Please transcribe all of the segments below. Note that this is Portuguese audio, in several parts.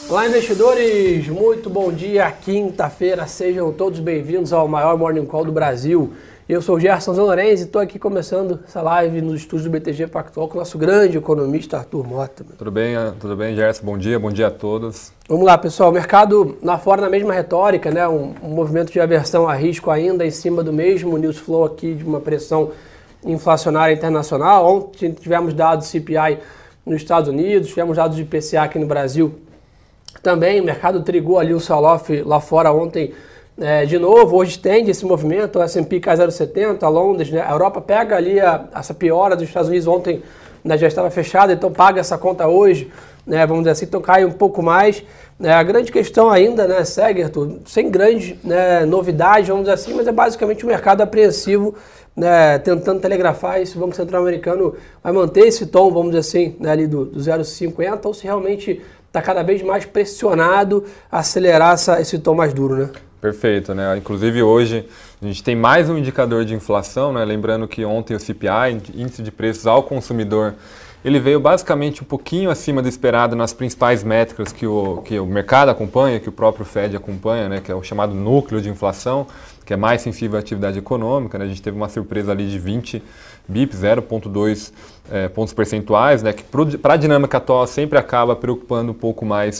Olá, investidores! Muito bom dia, quinta-feira. Sejam todos bem-vindos ao maior Morning Call do Brasil. Eu sou o Gerson Zanlorenzi e estou aqui começando essa live nos estúdios do BTG Pactual com o nosso grande economista Arthur Mota. Tudo bem, Gerson? Bom dia a todos. Vamos lá, pessoal. O mercado lá fora na mesma retórica, né? Um movimento de aversão a risco ainda em cima do mesmo news flow aqui de uma pressão inflacionária internacional. Ontem tivemos dados CPI nos Estados Unidos, tivemos dados de IPCA aqui no Brasil também. O mercado trigou ali o sell-off lá fora ontem de novo. Hoje estende esse movimento, o S&P cai 0,70, a Londres, né? A Europa pega ali essa piora dos Estados Unidos ontem, né, já estava fechada, então paga essa conta hoje, né, vamos dizer assim, então cai um pouco mais. A grande questão ainda, né, segue, Arthur, sem grande, né, novidade, vamos dizer assim, mas é basicamente o mercado apreensivo, né, tentando telegrafar se o Banco Central americano vai manter esse tom, vamos dizer assim, né, ali do 0,50, ou se realmente está cada vez mais pressionado a acelerar esse tom mais duro, né? Perfeito, né? Inclusive hoje a gente tem mais um indicador de inflação, né? Lembrando que ontem o CPI, Índice de Preços ao Consumidor, ele veio basicamente um pouquinho acima do esperado nas principais métricas que o mercado acompanha, que o próprio Fed acompanha, né? Que é o chamado núcleo de inflação, que é mais sensível à atividade econômica, né? A gente teve uma surpresa ali de 20 bips, 0,2 pontos percentuais, né? Que para a dinâmica atual sempre acaba preocupando um pouco mais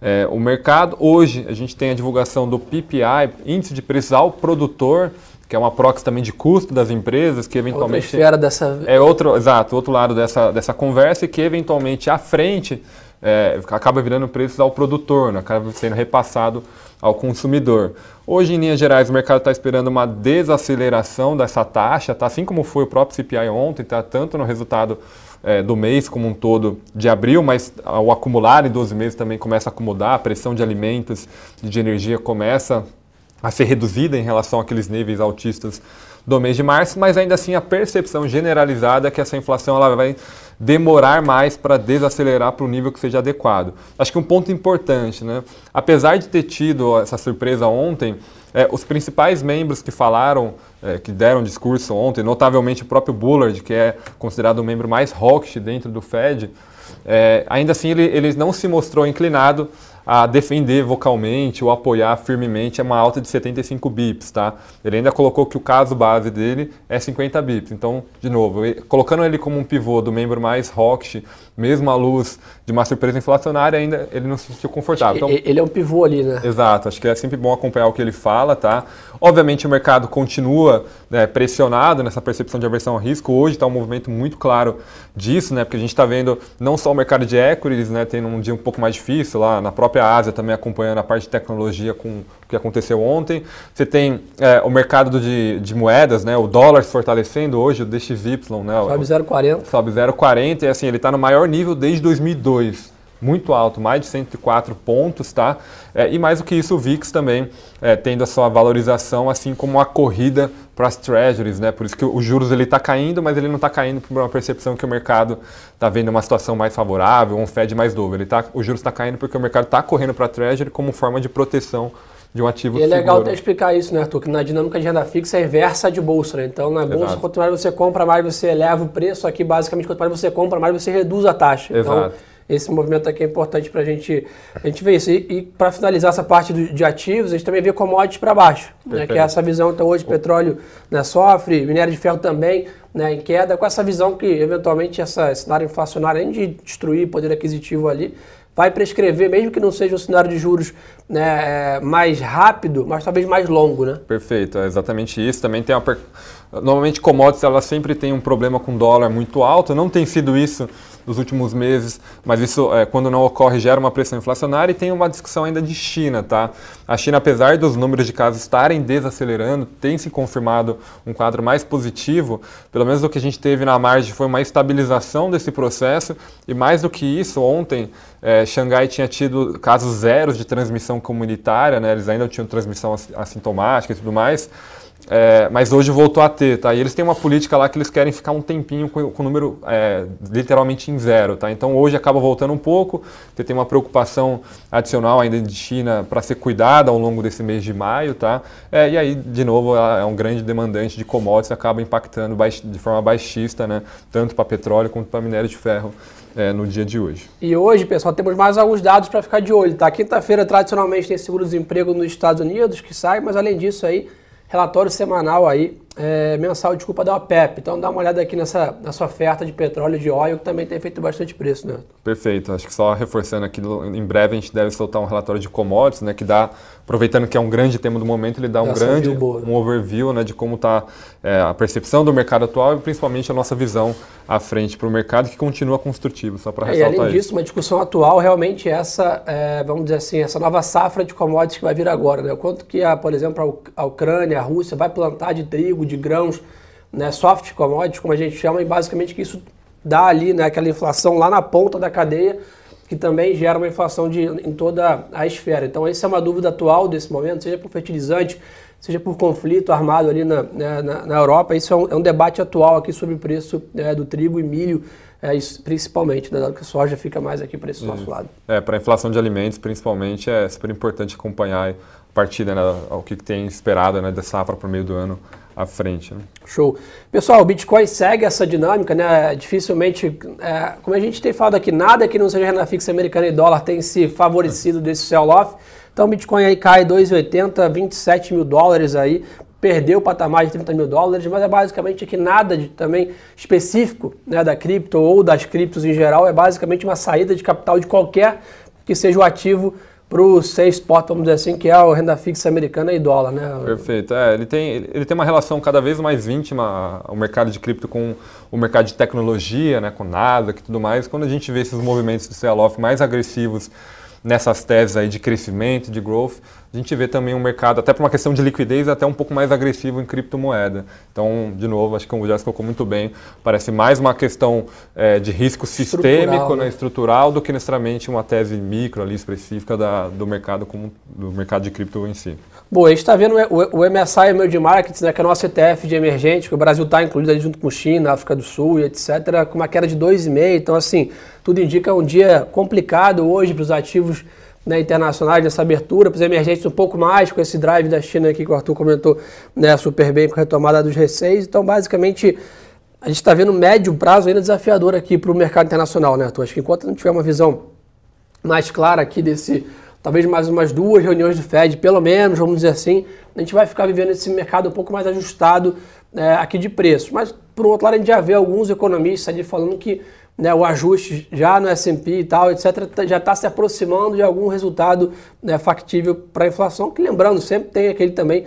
o mercado. Hoje a gente tem a divulgação do PPI, Índice de Preços ao Produtor, que é uma proxy também de custo das empresas, que eventualmente... Outra esfera dessa... outro lado dessa conversa, e que eventualmente à frente acaba virando preços ao produtor, né? Acaba sendo repassado ao consumidor. Hoje, em linhas gerais, o mercado está esperando uma desaceleração dessa taxa, tá? Assim como foi o próprio CPI ontem, tá? Tanto no resultado do mês como um todo de abril, mas o acumular em 12 meses também começa a acomodar, a pressão de alimentos e de energia começa a ser reduzida em relação àqueles níveis altistas do mês de março, mas ainda assim a percepção generalizada é que essa inflação ela vai demorar mais para desacelerar para o nível que seja adequado. Acho que um ponto importante, né? Apesar de ter tido essa surpresa ontem, os principais membros que falaram, que deram discurso ontem, notavelmente o próprio Bullard, que é considerado o membro mais hawkish dentro do Fed, ainda assim ele não se mostrou inclinado a defender vocalmente ou apoiar firmemente uma alta de 75 bips, tá? Ele ainda colocou que o caso base dele é 50 bips. Então, de novo, colocando ele como um pivô do membro mais hawkish, mesmo à luz de uma surpresa inflacionária, ainda ele não se sentiu confortável. Então, ele é um pivô ali, né? Exato, acho que é sempre bom acompanhar o que ele fala, tá? Obviamente o mercado continua, né, pressionado nessa percepção de aversão ao risco. Hoje está um movimento muito claro disso, né? Porque a gente está vendo não só o mercado de equities, né, tendo um dia um pouco mais difícil lá na própria Ásia, também acompanhando a parte de tecnologia com o que aconteceu ontem. Você tem o mercado de moedas, né, o dólar se fortalecendo hoje, o DXY, né, sobe 0,40. Sobe 0,40 e assim, ele está no maior nível desde 2002. Muito alto, mais de 104 pontos, tá? E mais do que isso, o VIX também tendo a sua valorização, assim como a corrida para as treasuries, né? Por isso que os juros ele está caindo, mas ele não está caindo por uma percepção que o mercado está vendo uma situação mais favorável, um Fed mais novo. O juros está caindo porque o mercado está correndo para a treasury como forma de proteção de um ativo seguro. E é legal até explicar isso, né, Arthur? Que na dinâmica de renda fixa é inversa de bolsa, né? Então, na bolsa, Exato. Quanto mais você compra, mais você eleva o preço. Aqui, basicamente, quanto mais você compra, mais você reduz a taxa. Exato. Então, esse movimento aqui é importante para a gente ver isso. E para finalizar essa parte de ativos, a gente também vê commodities para baixo, né, que é essa visão. Então hoje petróleo, né, sofre, minério de ferro também, né, em queda, com essa visão que eventualmente esse cenário inflacionário, além de destruir poder aquisitivo ali, vai prescrever, mesmo que não seja um cenário de juros, né, mais rápido, mas talvez mais longo, né? Perfeito, é exatamente isso. Também tem normalmente commodities elas sempre têm um problema com dólar muito alto, não tem sido isso nos últimos meses, mas isso, quando não ocorre, gera uma pressão inflacionária. E tem uma discussão ainda de China, tá? A China, apesar dos números de casos estarem desacelerando, tem se confirmado um quadro mais positivo. Pelo menos o que a gente teve na margem foi uma estabilização desse processo. E mais do que isso, ontem, Xangai tinha tido casos zeros de transmissão comunitária, né? Eles ainda tinham transmissão assintomática e tudo mais. mas hoje voltou a ter, tá? E eles têm uma política lá que eles querem ficar um tempinho com o número literalmente em zero, tá? Então hoje acaba voltando um pouco, porque tem uma preocupação adicional ainda de China para ser cuidada ao longo desse mês de maio, tá? E aí, de novo, ela é um grande demandante de commodities, acaba impactando de forma baixista, né? Tanto para petróleo quanto para minério de ferro no dia de hoje. E hoje, pessoal, temos mais alguns dados para ficar de olho, tá? Quinta-feira, tradicionalmente, tem seguro-desemprego nos Estados Unidos, que sai, mas além disso aí, relatório semanal aí, mensal, desculpa, da OPEP. Então dá uma olhada aqui nessa oferta de petróleo e de óleo, que também tem feito bastante preço, né? Perfeito. Acho que só reforçando aqui, em breve a gente deve soltar um relatório de commodities, né, que dá, aproveitando que é um grande tema do momento, ele dá um overview, né, de como está a percepção do mercado atual e principalmente a nossa visão à frente para o mercado, que continua construtivo, só para ressaltar isso. E além disso, uma discussão atual realmente essa, vamos dizer assim, essa nova safra de commodities que vai vir agora, né? O quanto que, por exemplo, a Ucrânia, a Rússia vai plantar de trigo, de grãos, né, soft commodities, como a gente chama, e basicamente que isso dá ali, né, aquela inflação lá na ponta da cadeia, que também gera uma inflação em toda a esfera. Então essa é uma dúvida atual desse momento, seja por fertilizante, seja por conflito armado ali na Europa. Isso é um debate atual aqui sobre o preço do trigo e milho, principalmente, né, dado que a soja fica mais aqui para esse nosso lado. Para a inflação de alimentos, principalmente, é super importante acompanhar a partir, né, ao que tem esperado, né, da safra para o meio do ano à frente. Né? Show. Pessoal, o Bitcoin segue essa dinâmica, né? Dificilmente, como a gente tem falado aqui, nada que não seja renda fixa americana e dólar tem se favorecido desse sell-off. Então o Bitcoin aí cai 2,80, 27 mil dólares aí, perdeu o patamar de 30 mil dólares, mas é basicamente aqui nada também específico, né, da cripto ou das criptos em geral, é basicamente uma saída de capital de qualquer que seja o ativo para o safe spot, vamos dizer assim, que é a renda fixa americana e dólar, né? Perfeito. Ele tem uma relação cada vez mais íntima, o mercado de cripto, com o mercado de tecnologia, né, com Nasdaq e tudo mais. Quando a gente vê esses movimentos de sell-off mais agressivos nessas teses aí de crescimento, de growth, a gente vê também um mercado, até por uma questão de liquidez, até um pouco mais agressivo em criptomoeda. Então, de novo, acho que o Jéssica colocou muito bem, parece mais uma questão de risco sistêmico, né, estrutural, do que necessariamente uma tese micro ali específica do mercado de cripto em si. Bom, a gente está vendo o MSCI Emerging Markets, né, que é o nosso ETF de emergente, que o Brasil está incluído ali junto com China, África do Sul e etc., com uma queda de 2,5%. Então, assim, tudo indica um dia complicado hoje para os ativos, né, internacionais, nessa abertura, para os emergentes um pouco mais, com esse drive da China aqui que o Arthur comentou, né, super bem com a retomada dos receios. Então, basicamente, a gente está vendo médio prazo ainda desafiador aqui para o mercado internacional, né, Arthur? Acho que enquanto não tiver uma visão mais clara aqui talvez mais umas 2 reuniões do Fed, pelo menos, vamos dizer assim, a gente vai ficar vivendo esse mercado um pouco mais ajustado aqui de preços. Mas, por outro lado, a gente já vê alguns economistas ali falando que, né, o ajuste já no S&P e tal, etc., já está se aproximando de algum resultado, né, factível para a inflação, que, lembrando, sempre tem aquele também,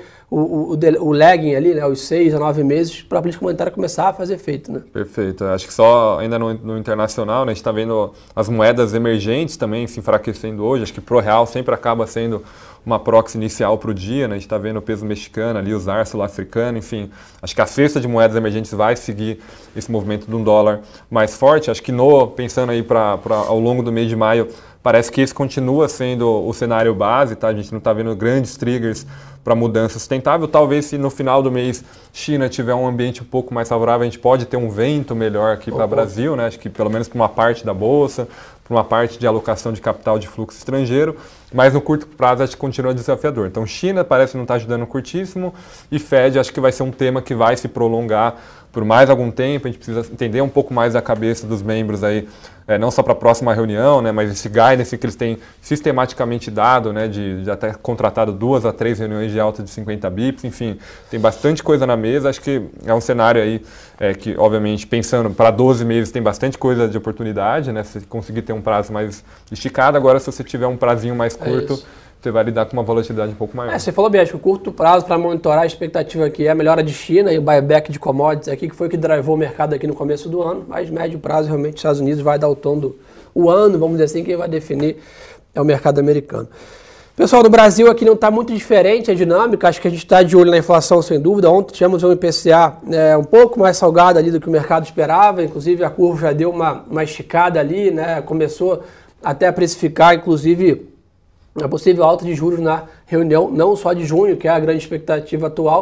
o lagging ali, né, os 6 a 9 meses, para a política monetária começar a fazer efeito. Né? Perfeito. Acho que só ainda no internacional, né, a gente está vendo as moedas emergentes também se enfraquecendo hoje. Acho que pro real sempre acaba sendo uma proxy inicial para o dia, né? A gente está vendo o peso mexicano ali, o ZAR sul-africano, enfim. Acho que a cesta de moedas emergentes vai seguir esse movimento de um dólar mais forte. Acho que pensando aí ao longo do mês de maio, parece que esse continua sendo o cenário base, tá? A gente não está vendo grandes triggers para mudança sustentável. Talvez se no final do mês China tiver um ambiente um pouco mais favorável, a gente pode ter um vento melhor aqui para o Brasil, né? Acho que pelo menos para uma parte da Bolsa, para uma parte de alocação de capital de fluxo estrangeiro, mas no curto prazo acho que continua desafiador. Então China parece não estar ajudando curtíssimo e Fed acho que vai ser um tema que vai se prolongar por mais algum tempo. A gente precisa entender um pouco mais da cabeça dos membros aí, não só para a próxima reunião, né, mas esse guidance que eles têm sistematicamente dado, né, de até contratado 2 a 3 reuniões de alta de 50 bips, enfim, tem bastante coisa na mesa. Acho que é um cenário aí que, obviamente, pensando para 12 meses tem bastante coisa de oportunidade, né, se conseguir ter um prazo mais esticado. Agora, se você tiver um prazinho mais curto, você vai lidar com uma volatilidade um pouco maior. Você falou bem, acho que o curto prazo para monitorar a expectativa aqui é a melhora de China e o buyback de commodities aqui, que foi o que drivou o mercado aqui no começo do ano, mas médio prazo realmente os Estados Unidos vai dar o tom do ano, vamos dizer assim, quem vai definir é o mercado americano. Pessoal, no Brasil aqui não está muito diferente a dinâmica, acho que a gente está de olho na inflação sem dúvida. Ontem tivemos um IPCA um pouco mais salgado ali do que o mercado esperava, inclusive a curva já deu uma esticada ali, né? Começou até a precificar, inclusive, a possível alta de juros na reunião, não só de junho, que é a grande expectativa atual,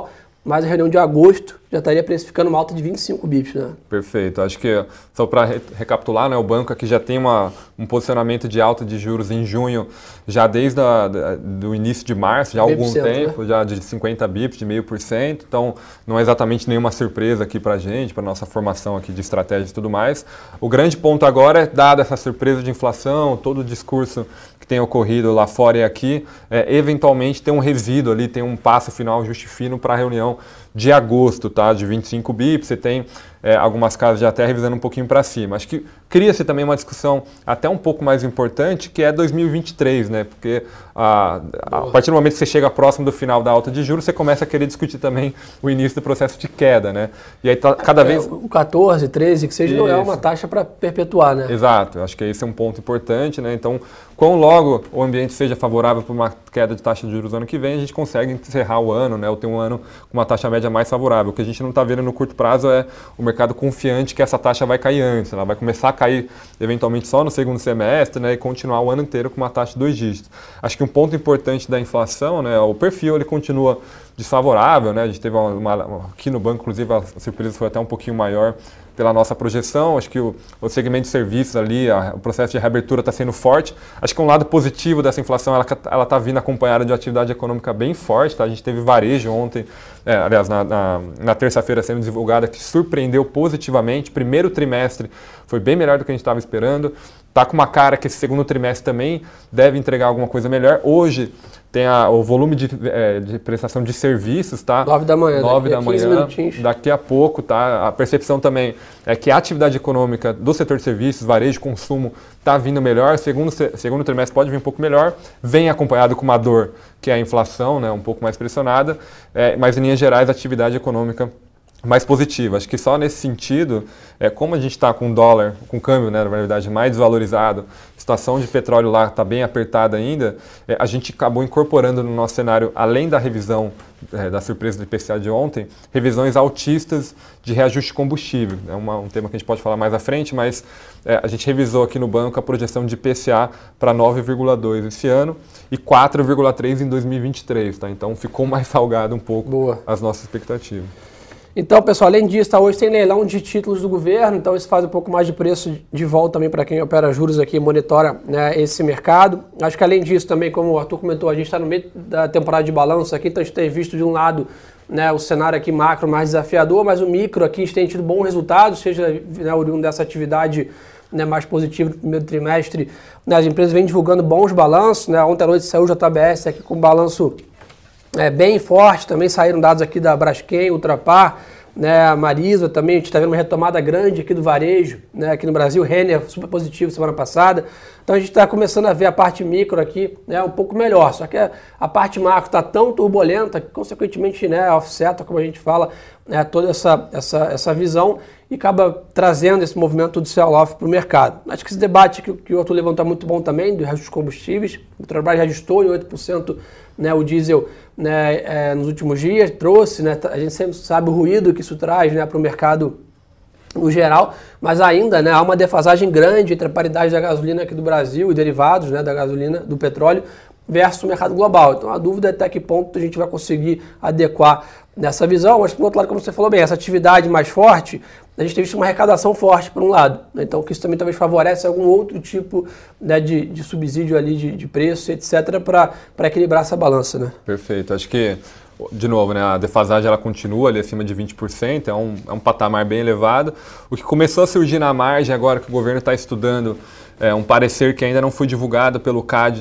mas a reunião de agosto já estaria precificando uma alta de 25 bips, né? Perfeito. Acho que, só para recapitular, né, o banco aqui já tem um posicionamento de alta de juros em junho, já desde do início de março, já há algum tempo, né? Já de 50 bips, de 0,5%. Então, não é exatamente nenhuma surpresa aqui para a gente, para a nossa formação aqui de estratégia e tudo mais. O grande ponto agora é, dada essa surpresa de inflação, todo o discurso que tem ocorrido lá fora e aqui, eventualmente tem um resíduo ali, tem um passo final, ajuste fino para a reunião de agosto, tá? De 25 bips, você tem algumas casas já até revisando um pouquinho para cima. Acho que cria-se também uma discussão até um pouco mais importante, que é 2023, né? Porque a partir do momento que você chega próximo do final da alta de juros, você começa a querer discutir também o início do processo de queda, né? E aí tá cada vez... O 14, 13, que seja, não é uma taxa para perpetuar, né? Exato, acho que esse é um ponto importante, né? Então, quão logo o ambiente seja favorável para uma queda de taxa de juros no ano que vem, a gente consegue encerrar o ano, né? Ou ter um ano com uma taxa média mais favorável. O que a gente não está vendo no curto prazo é o mercado confiante que essa taxa vai cair antes. Ela vai começar a cair eventualmente só no segundo semestre, né? E continuar o ano inteiro com uma taxa de 2 dígitos. Acho que um ponto importante da inflação, né? O perfil ele continua desfavorável, né? A gente teve aqui no banco, inclusive, a surpresa foi até um pouquinho maior pela nossa projeção. Acho que o segmento de serviços ali, o processo de reabertura está sendo forte. Acho que um lado positivo dessa inflação, ela está vindo acompanhada de atividade econômica bem forte. Tá? A gente teve varejo ontem, aliás, na terça-feira sendo divulgada, que surpreendeu positivamente. Primeiro trimestre foi bem melhor do que a gente estava esperando. Está com uma cara que esse segundo trimestre também deve entregar alguma coisa melhor. Hoje tem o volume de prestação de serviços, tá? 9 da manhã, 9 da manhã, daqui a pouco, tá? A percepção também é que a atividade econômica do setor de serviços, varejo, consumo, está vindo melhor. Segundo trimestre pode vir um pouco melhor. Vem acompanhado com uma dor, que é a inflação, né? Um pouco mais pressionada. Mas, em linhas gerais, a atividade econômica mais positiva. Acho que só nesse sentido, como a gente está com o dólar, com o câmbio, né, na verdade, mais desvalorizado, a situação de petróleo lá está bem apertada ainda, a gente acabou incorporando no nosso cenário, além da revisão da surpresa do IPCA de ontem, revisões altistas de reajuste de combustível. É um tema que a gente pode falar mais à frente, mas a gente revisou aqui no banco a projeção de IPCA para 9,2 esse ano e 4,3 em 2023. Tá? Então ficou mais salgado um pouco as nossas expectativas. Então, pessoal, além disso, hoje tem leilão de títulos do governo, então isso faz um pouco mais de preço de volta também para quem opera juros aqui e monitora, né, esse mercado. Acho que além disso também, como o Arthur comentou, a gente está no meio da temporada de balanço aqui, então a gente tem visto de um lado, né, o cenário aqui macro mais desafiador, mas o micro aqui a gente tem tido bons resultados, seja, né, oriundo dessa atividade, né, mais positiva no primeiro trimestre. Né, as empresas vêm divulgando bons balanços, né, ontem à noite saiu o JBS aqui com balanço bem forte, também saíram dados aqui da Braskem, Ultrapar, né, a Marisa também, a gente está vendo uma retomada grande aqui do varejo, né, aqui no Brasil, Renner super positivo semana passada, então a gente está começando a ver a parte micro aqui, né, um pouco melhor, só que a parte macro está tão turbulenta que consequentemente, né, offseta, como a gente fala, né, toda essa visão e acaba trazendo esse movimento do sell-off para o mercado. Acho que esse debate que o Arthur levantou é muito bom também, do resto dos combustíveis, o Petrobras já ajustou em 8%, né, o diesel, né, nos últimos dias, trouxe, né, a gente sempre sabe o ruído que isso traz, né, para o mercado no geral, mas ainda, né, há uma defasagem grande entre a paridade da gasolina aqui do Brasil e derivados, né, da gasolina, do petróleo, versus o mercado global. Então a dúvida é até que ponto a gente vai conseguir adequar nessa visão, mas por outro lado, como você falou bem, essa atividade mais forte, a gente tem visto uma arrecadação forte por um lado, né? Então que isso também talvez favorece algum outro tipo, né, de subsídio ali de preço, etc, para equilibrar essa balança, né? Perfeito, acho que de novo, né, a defasagem ela continua ali acima de 20%, é um patamar bem elevado. O que começou a surgir na margem agora que o governo está estudando um parecer que ainda não foi divulgado pelo CAD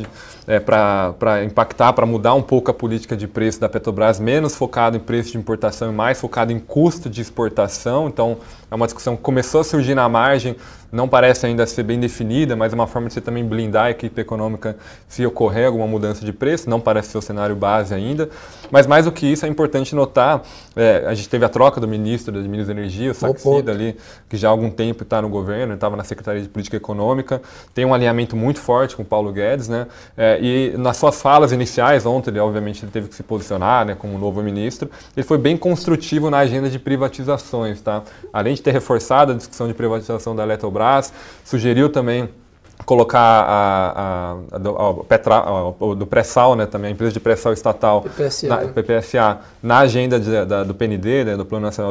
para impactar, para mudar um pouco a política de preço da Petrobras, menos focado em preço de importação e mais focado em custo de exportação. Então, é uma discussão que começou a surgir na margem, não parece ainda ser bem definida, mas é uma forma de você também blindar a equipe econômica se ocorrer alguma mudança de preço, não parece ser o cenário base ainda. Mas mais do que isso, é importante notar, a gente teve a troca do ministro da Energia, o Saxida ali, que já há algum tempo está no governo, estava na Secretaria de Política Econômica, tem um alinhamento muito forte com o Paulo Guedes, né? E nas suas falas iniciais, ontem ele obviamente teve que se posicionar, né, como novo ministro, ele foi bem construtivo na agenda de privatizações, tá? Além de ter reforçado a discussão de privatização da Eletrobras, sugeriu também colocar do pré-sal, né, também a empresa de pré-sal estatal, PPSA, na agenda do PND, né, do Plano Nacional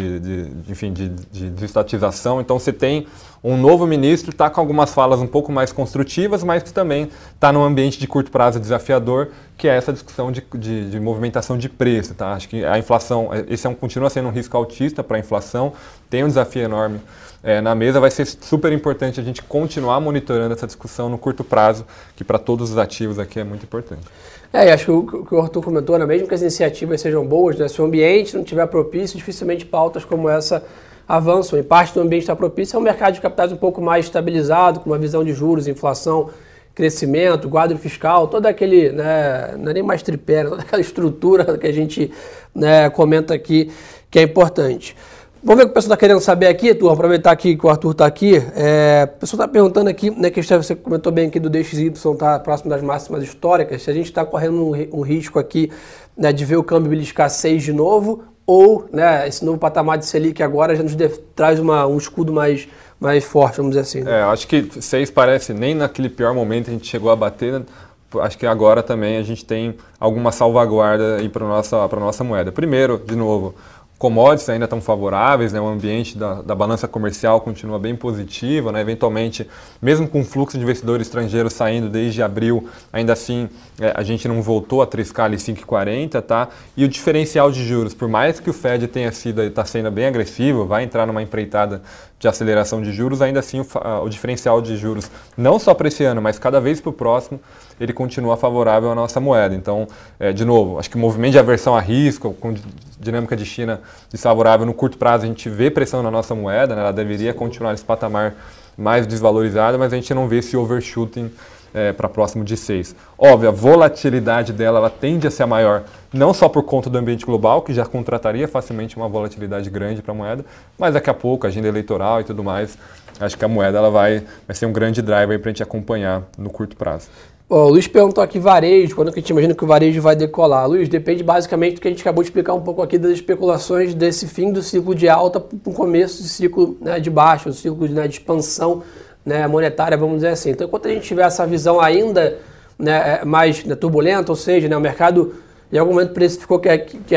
de Desestatização. Então você tem um novo ministro, está com algumas falas um pouco mais construtivas, mas que também está num ambiente de curto prazo desafiador, que é essa discussão de movimentação de preço. Tá? Acho que a inflação, continua sendo um risco altista para a inflação, tem um desafio enorme na mesa. Vai ser super importante a gente continuar monitorando essa discussão no curto prazo, que para todos os ativos aqui é muito importante. E acho que o que o Arthur comentou, né, mesmo que as iniciativas sejam boas, né, se o ambiente não estiver propício, dificilmente pautas como essa avançam. E parte do ambiente está propício é um mercado de capitais um pouco mais estabilizado, com uma visão de juros, inflação, crescimento, quadro fiscal, todo aquele, né, não é nem mais tripé, toda aquela estrutura que a gente, né, comenta aqui, que é importante. Vamos ver o que o pessoal está querendo saber aqui, turma, aproveitar aqui que o Arthur está aqui. O pessoal está perguntando aqui, né, que você comentou bem aqui do DXY, está próximo das máximas históricas, se a gente está correndo um risco aqui, né, de ver o câmbio beliscar 6 de novo, ou, né, esse novo patamar de Selic agora já nos traz um escudo mais forte, vamos dizer assim. Né? Acho que 6 parece, nem naquele pior momento a gente chegou a bater, né? Acho que agora também a gente tem alguma salvaguarda aí para a nossa moeda. Primeiro, de novo, commodities ainda estão favoráveis, né? O ambiente da balança comercial continua bem positivo, né? Eventualmente, mesmo com o fluxo de investidores estrangeiros saindo desde abril, ainda assim a gente não voltou a triscar ali 5,40, tá? E o diferencial de juros, por mais que o Fed está sendo bem agressivo, vai entrar numa empreitada de aceleração de juros, ainda assim o diferencial de juros, não só para esse ano, mas cada vez para o próximo, ele continua favorável à nossa moeda. Então, de novo, acho que o movimento de aversão a risco, com dinâmica de China desfavorável no curto prazo, a gente vê pressão na nossa moeda, né? Ela deveria continuar nesse patamar mais desvalorizado, mas a gente não vê esse overshooting para próximo de 6. Óbvio, a volatilidade dela ela tende a ser maior, não só por conta do ambiente global, que já contrataria facilmente uma volatilidade grande para a moeda, mas daqui a pouco, agenda eleitoral e tudo mais, acho que a moeda ela vai ser um grande driver para a gente acompanhar no curto prazo. O Luiz perguntou aqui varejo, quando que a gente imagina que o varejo vai decolar? Luiz, depende basicamente do que a gente acabou de explicar um pouco aqui das especulações desse fim do ciclo de alta para o começo do ciclo, né, de baixa, o ciclo de expansão, né, monetária, vamos dizer assim. Então, enquanto a gente tiver essa visão ainda, né, mais, né, turbulenta, ou seja, né, o mercado em algum momento precificou que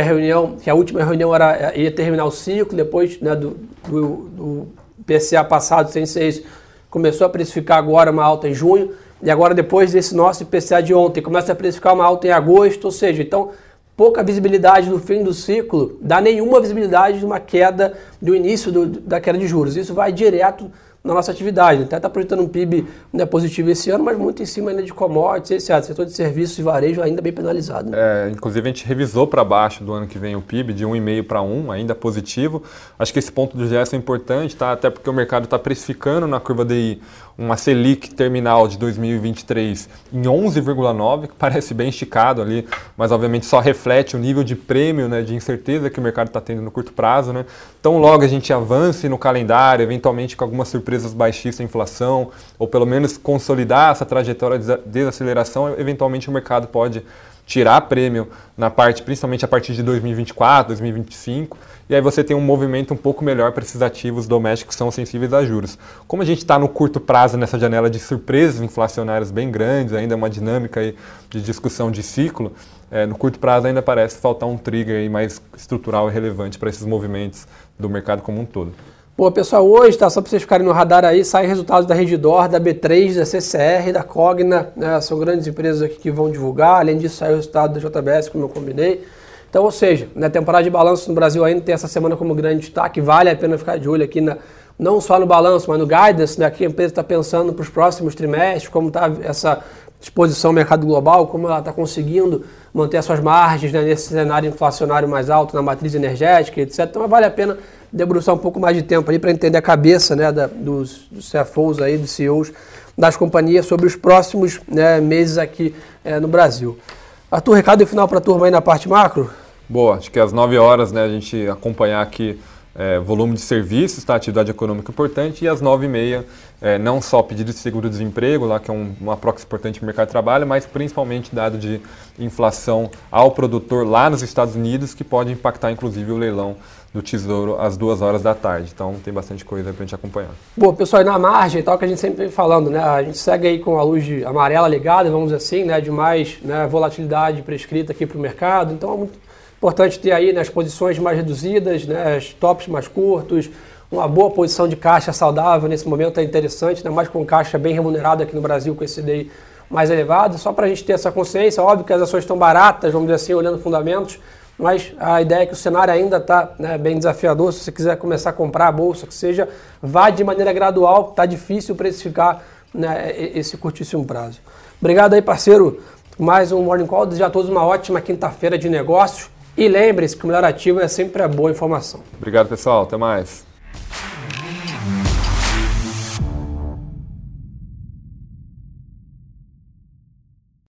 a última reunião ia terminar o ciclo, depois, né, do PCA passado, sem ser isso, começou a precificar agora uma alta em junho, e agora depois desse nosso IPCA de ontem, começa a precificar uma alta em agosto, ou seja, então pouca visibilidade no fim do ciclo, dá nenhuma visibilidade de uma queda do início da queda de juros. Isso vai direto na nossa atividade. Até está projetando um PIB, né, positivo esse ano, mas muito em cima ainda de commodities, etc. Setor de serviços e varejo ainda bem penalizado. Né? Inclusive a gente revisou para baixo do ano que vem o PIB de 1,5 para 1, ainda positivo. Acho que esse ponto do Gerson é importante, tá? Até porque o mercado está precificando na curva DI uma Selic terminal de 2023 em 11,9, que parece bem esticado ali, mas obviamente só reflete o nível de prêmio, né, de incerteza que o mercado está tendo no curto prazo. Né? Então logo a gente avance no calendário, eventualmente com algumas surpresas baixistas em inflação, ou pelo menos consolidar essa trajetória de desaceleração, eventualmente o mercado pode tirar prêmio na parte, principalmente a partir de 2024, 2025, e aí você tem um movimento um pouco melhor para esses ativos domésticos que são sensíveis a juros. Como a gente está no curto prazo nessa janela de surpresas inflacionárias bem grandes, ainda uma dinâmica aí de discussão de ciclo, no curto prazo ainda parece faltar um trigger aí mais estrutural e relevante para esses movimentos do mercado como um todo. Bom, pessoal, hoje, tá, só para vocês ficarem no radar aí, saem resultados da Redditor, da B3, da CCR, da Cogna, né, são grandes empresas aqui que vão divulgar, além disso sai o resultado da JBS, como eu combinei. Então, ou seja, na temporada de balanço no Brasil ainda tem essa semana como grande destaque, vale a pena ficar de olho aqui, não só no balanço, mas no guidance, né, que a empresa está pensando para os próximos trimestres, como está essa exposição ao mercado global, como ela está conseguindo manter as suas margens, né, nesse cenário inflacionário mais alto, na matriz energética, etc. Então, vale a pena debruçar um pouco mais de tempo ali para entender a cabeça, né, dos CFOs aí, dos CEOs das companhias sobre os próximos, né, meses aqui no Brasil. Arthur, recado final para a turma aí na parte macro? Boa, acho que às 9 horas, né, a gente acompanhar aqui volume de serviços, tá? Atividade econômica importante, e às 9h30, não só pedido de seguro-desemprego, lá que é uma proxy importante para o mercado de trabalho, mas principalmente dado de inflação ao produtor lá nos Estados Unidos, que pode impactar inclusive o leilão do Tesouro às 2h da tarde. Então tem bastante coisa para a gente acompanhar. Bom, pessoal, e na margem e tal, que a gente sempre vem falando, né? A gente segue aí com a luz amarela ligada, vamos dizer assim, né? De mais, né, volatilidade prescrita aqui para o mercado. Então é muito importante ter aí, né, as posições mais reduzidas, né, os tops mais curtos, uma boa posição de caixa saudável nesse momento é interessante, né, mais com caixa bem remunerado aqui no Brasil, com esse CDI mais elevado, só para a gente ter essa consciência. Óbvio que as ações estão baratas, vamos dizer assim, olhando fundamentos, mas a ideia é que o cenário ainda está, né, bem desafiador. Se você quiser começar a comprar a bolsa, que seja, vá de maneira gradual, está difícil precificar, né, esse curtíssimo prazo. Obrigado aí, parceiro, mais um Morning Call. Desejo a todos uma ótima quinta-feira de negócios. E lembre-se que o melhor ativo é sempre a boa informação. Obrigado, pessoal. Até mais.